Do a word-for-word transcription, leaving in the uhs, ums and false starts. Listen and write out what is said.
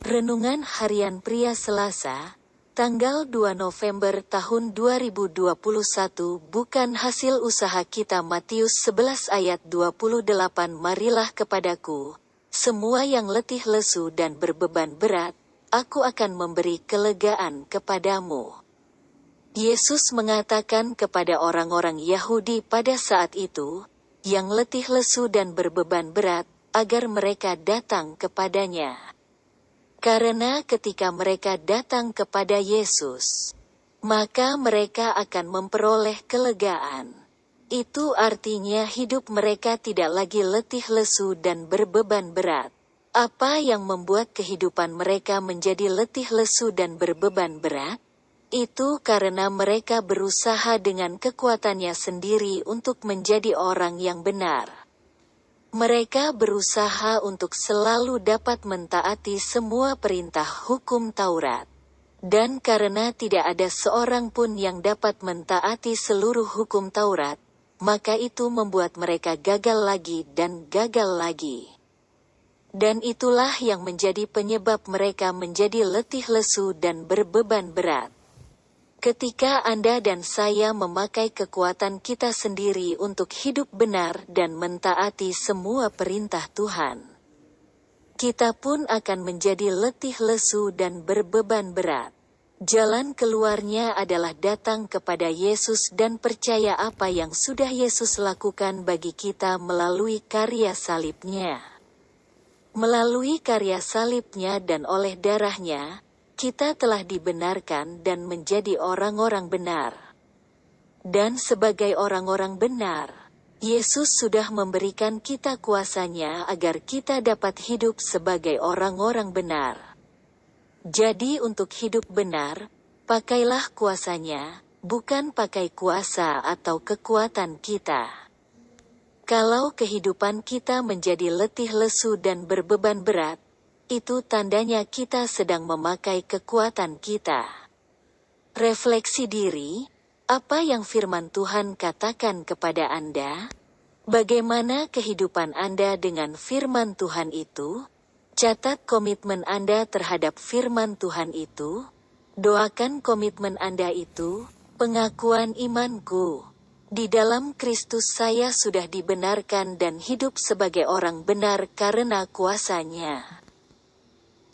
Renungan Harian Pria Selasa, tanggal dua November tahun dua ribu dua puluh satu bukan hasil usaha kita. Matius sebelas ayat dua puluh delapan. Marilah kepadaku, semua yang letih lesu dan berbeban berat, aku akan memberi kelegaan kepadamu. Yesus mengatakan kepada orang-orang Yahudi pada saat itu, yang letih lesu dan berbeban berat, agar mereka datang kepadanya. Karena ketika mereka datang kepada Yesus, maka mereka akan memperoleh kelegaan. Itu artinya hidup mereka tidak lagi letih lesu dan berbeban berat. Apa yang membuat kehidupan mereka menjadi letih lesu dan berbeban berat? Itu karena mereka berusaha dengan kekuatannya sendiri untuk menjadi orang yang benar. Mereka berusaha untuk selalu dapat mentaati semua perintah hukum Taurat. Dan karena tidak ada seorang pun yang dapat mentaati seluruh hukum Taurat, maka itu membuat mereka gagal lagi dan gagal lagi. Dan itulah yang menjadi penyebab mereka menjadi letih lesu dan berbeban berat. Ketika Anda dan saya memakai kekuatan kita sendiri untuk hidup benar dan mentaati semua perintah Tuhan, kita pun akan menjadi letih lesu dan berbeban berat. Jalan keluarnya adalah datang kepada Yesus dan percaya apa yang sudah Yesus lakukan bagi kita melalui karya salibnya. Melalui karya salibnya dan oleh darahnya, kita telah dibenarkan dan menjadi orang-orang benar. Dan sebagai orang-orang benar, Yesus sudah memberikan kita kuasanya agar kita dapat hidup sebagai orang-orang benar. Jadi untuk hidup benar, pakailah kuasanya, bukan pakai kuasa atau kekuatan kita. Kalau kehidupan kita menjadi letih lesu dan berbeban berat, itu tandanya kita sedang memakai kekuatan kita. Refleksi diri, apa yang firman Tuhan katakan kepada Anda? Bagaimana kehidupan Anda dengan firman Tuhan itu? Catat komitmen Anda terhadap firman Tuhan itu. Doakan komitmen Anda itu, pengakuan imanku. Di dalam Kristus saya sudah dibenarkan dan hidup sebagai orang benar karena kuasanya.